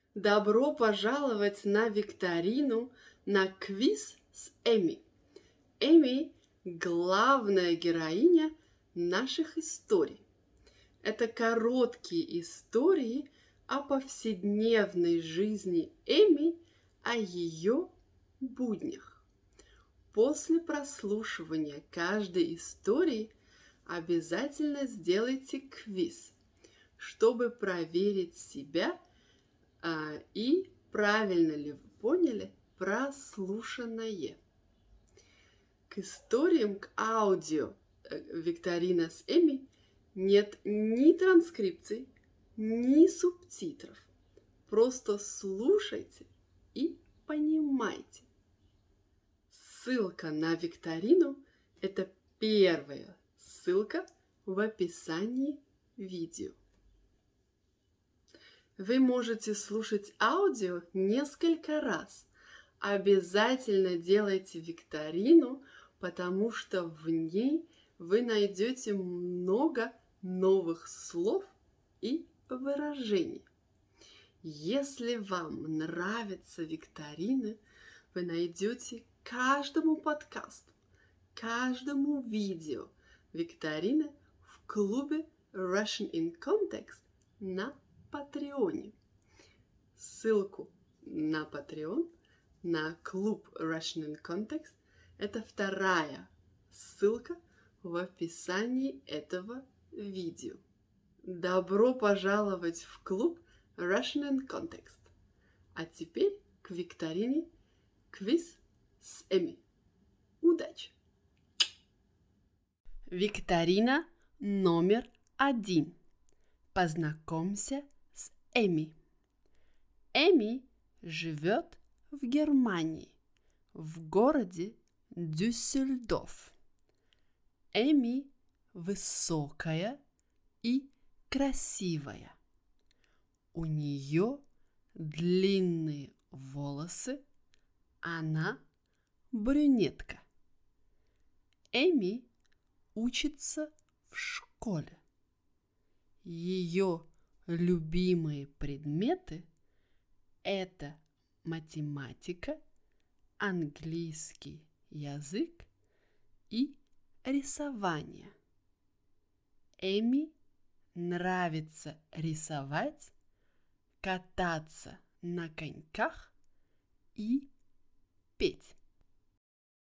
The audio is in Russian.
Добро пожаловать на викторину, на квиз с Эми. Эми – главная героиня наших историй. Это короткие истории о повседневной жизни Эми, о ее буднях. После прослушивания каждой истории обязательно сделайте квиз, чтобы проверить себя и правильно ли вы поняли прослушанное. К историям, к аудио викторина с Эми нет ни транскрипций, ни субтитров. Просто слушайте и понимайте. Ссылка на викторину – это первая ссылка в описании видео. Вы можете слушать аудио несколько раз. Обязательно делайте викторину, потому что в ней вы найдете много новых слов и выражений. Если вам нравятся викторины, вы найдете каждому подкасту, каждому видео викторины в клубе Russian in Context на Патреоне. Ссылку на Patreon, на клуб Russian in Context, это вторая ссылка в описании этого видео. Добро пожаловать в клуб Russian in Context. А теперь к викторине квиз с Эми. Удачи! Викторина номер 1. Познакомься с Эми. Эми живет в Германии, в городе Дюссельдорф. Эми высокая и красивая. У нее длинные волосы, она брюнетка. Эми учится в школе. Ее любимые предметы – это математика, английский язык и рисование. Эми нравится рисовать, кататься на коньках и петь.